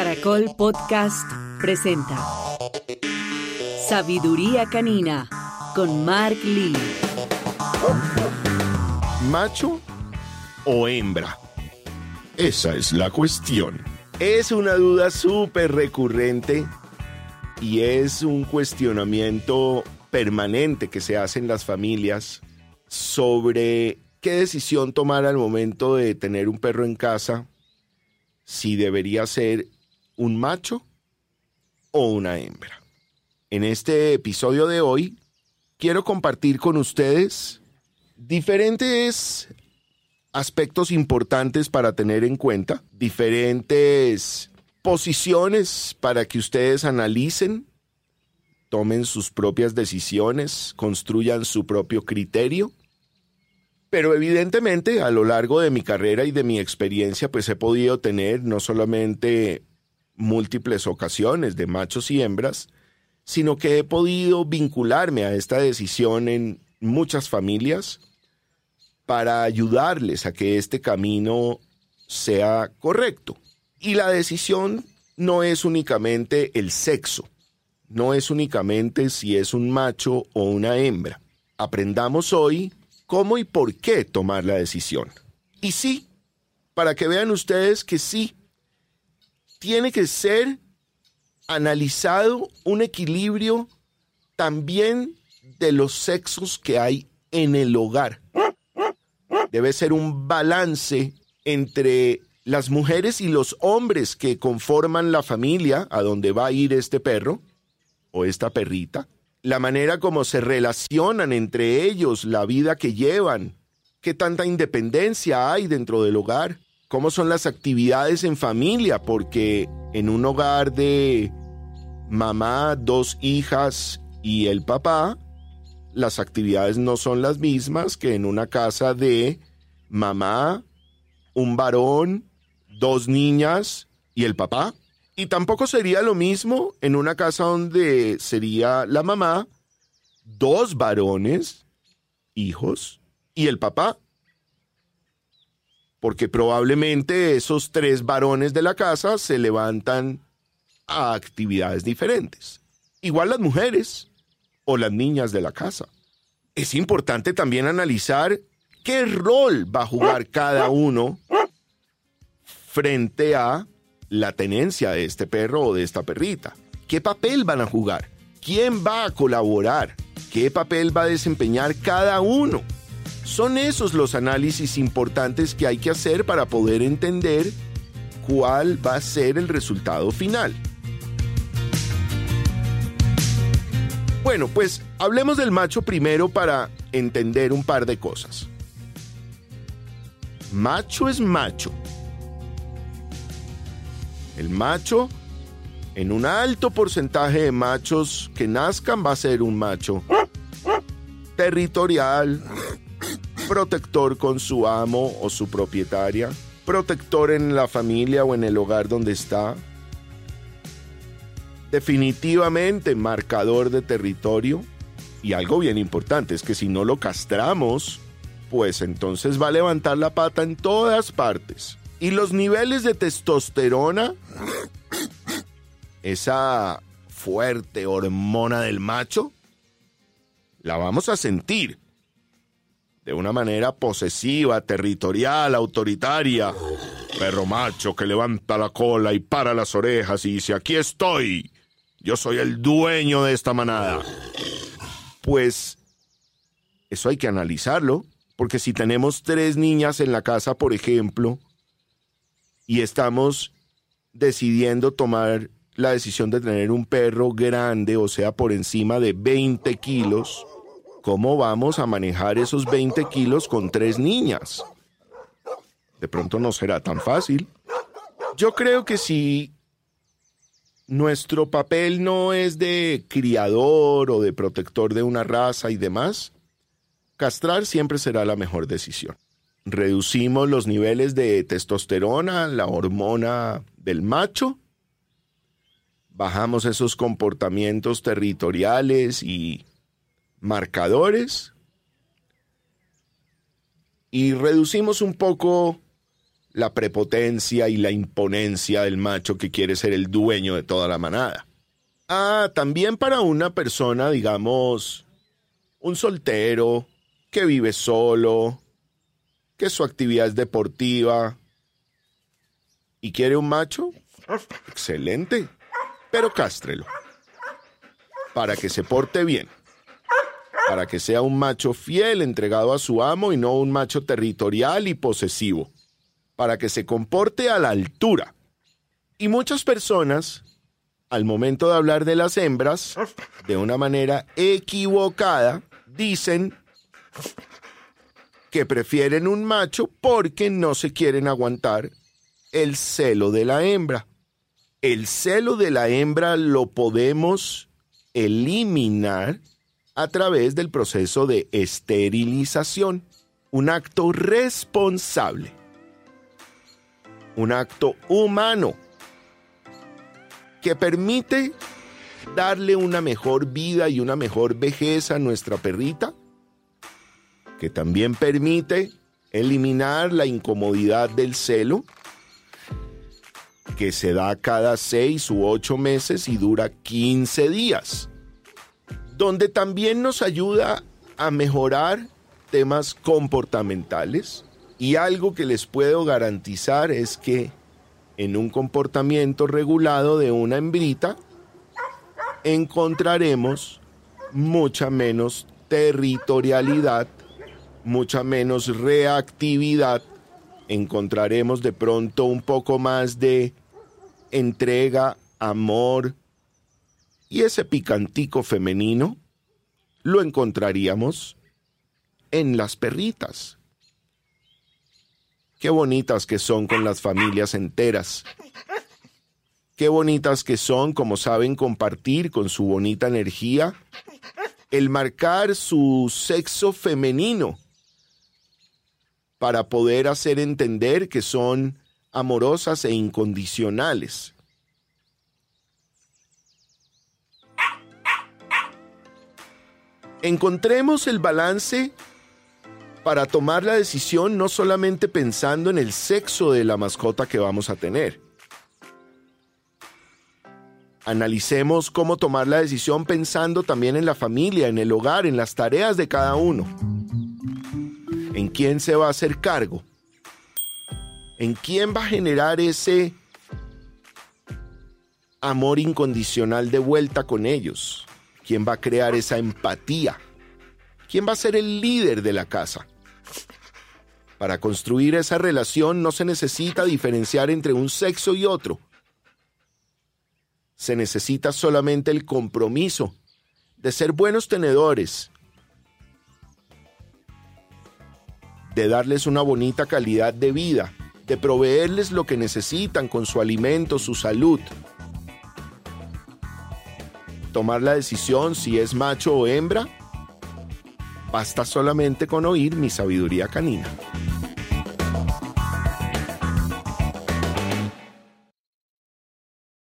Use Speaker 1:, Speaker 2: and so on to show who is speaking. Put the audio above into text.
Speaker 1: Caracol Podcast presenta Sabiduría Canina con Mark Lee.
Speaker 2: ¿Macho o hembra? Esa es la cuestión. Es una duda súper recurrente y es un cuestionamiento permanente que se hace en las familias sobre qué decisión tomar al momento de tener un perro en casa, si debería ser un macho o una hembra. En este episodio de hoy quiero compartir con ustedes diferentes aspectos importantes para tener en cuenta, diferentes posiciones para que ustedes analicen, tomen sus propias decisiones, construyan su propio criterio. Pero evidentemente a lo largo de mi carrera y de mi experiencia pues he podido tener no solamente múltiples ocasiones de machos y hembras, sino que he podido vincularme a esta decisión en muchas familias para ayudarles a que este camino sea correcto. Y la decisión no es únicamente el sexo, no es únicamente si es un macho o una hembra. Aprendamos hoy cómo y por qué tomar la decisión. Y sí, para que vean ustedes que sí, tiene que ser analizado un equilibrio también de los sexos que hay en el hogar. Debe ser un balance entre las mujeres y los hombres que conforman la familia a donde va a ir este perro o esta perrita. La manera como se relacionan entre ellos, la vida que llevan, qué tanta independencia hay dentro del hogar, cómo son las actividades en familia, porque en un hogar de mamá, 2 hijas y el papá, las actividades no son las mismas que en una casa de mamá, un varón, 2 niñas y el papá. Y tampoco sería lo mismo en una casa donde sería la mamá, 2 varones, hijos, y el papá. Porque probablemente esos 3 varones de la casa se levantan a actividades diferentes. Igual las mujeres o las niñas de la casa. Es importante también analizar qué rol va a jugar cada uno frente a la tenencia de este perro o de esta perrita. ¿Qué papel van a jugar? ¿Quién va a colaborar? ¿Qué papel va a desempeñar cada uno? Son esos los análisis importantes que hay que hacer para poder entender cuál va a ser el resultado final. Bueno, pues hablemos del macho primero para entender un par de cosas. Macho es macho. El macho, en un alto porcentaje de machos que nazcan, va a ser un macho territorial, protector con su amo o su propietaria, protector en la familia o en el hogar donde está, definitivamente marcador de territorio. Y algo bien importante es que si no lo castramos, pues entonces va a levantar la pata en todas partes. Y los niveles de testosterona, esa fuerte hormona del macho, la vamos a sentir de una manera posesiva, territorial, autoritaria. Perro macho que levanta la cola y para las orejas y dice: aquí estoy, yo soy el dueño de esta manada. Pues eso hay que analizarlo, porque si tenemos 3 niñas en la casa, por ejemplo, y estamos decidiendo tomar la decisión de tener un perro grande, o sea, por encima de 20 kilos, ¿cómo vamos a manejar esos 20 kilos con 3 niñas? De pronto no será tan fácil. Yo creo que si nuestro papel no es de criador o de protector de una raza y demás, castrar siempre será la mejor decisión. Reducimos los niveles de testosterona, la hormona del macho, bajamos esos comportamientos territoriales y marcadores y reducimos un poco la prepotencia y la imponencia del macho que quiere ser el dueño de toda la manada. También para una persona, digamos, un soltero que vive solo, que su actividad es deportiva y quiere un macho, excelente, pero cástrelo para que se porte bien, para que sea un macho fiel, entregado a su amo y no un macho territorial y posesivo, para que se comporte a la altura. Y muchas personas, al momento de hablar de las hembras, de una manera equivocada, dicen que prefieren un macho porque no se quieren aguantar el celo de la hembra. El celo de la hembra lo podemos eliminar a través del proceso de esterilización, un acto responsable, un acto humano que permite darle una mejor vida y una mejor vejez a nuestra perrita, que también permite eliminar la incomodidad del celo, que se da cada 6 u 8 meses y dura 15 días, donde también nos ayuda a mejorar temas comportamentales. Y algo que les puedo garantizar es que en un comportamiento regulado de una hembrita encontraremos mucha menos territorialidad, mucha menos reactividad, encontraremos de pronto un poco más de entrega, amor, y ese picantico femenino lo encontraríamos en las perritas. Qué bonitas que son con las familias enteras. Qué bonitas que son como saben compartir con su bonita energía el marcar su sexo femenino para poder hacer entender que son amorosas e incondicionales. Encontremos el balance para tomar la decisión no solamente pensando en el sexo de la mascota que vamos a tener. Analicemos cómo tomar la decisión pensando también en la familia, en el hogar, en las tareas de cada uno. ¿En quién se va a hacer cargo? ¿En quién va a generar ese amor incondicional de vuelta con ellos? ¿Quién va a crear esa empatía? ¿Quién va a ser el líder de la casa? Para construir esa relación no se necesita diferenciar entre un sexo y otro. Se necesita solamente el compromiso de ser buenos tenedores, de darles una bonita calidad de vida, de proveerles lo que necesitan con su alimento, su salud. Tomar la decisión si es macho o hembra, basta solamente con oír mi sabiduría canina.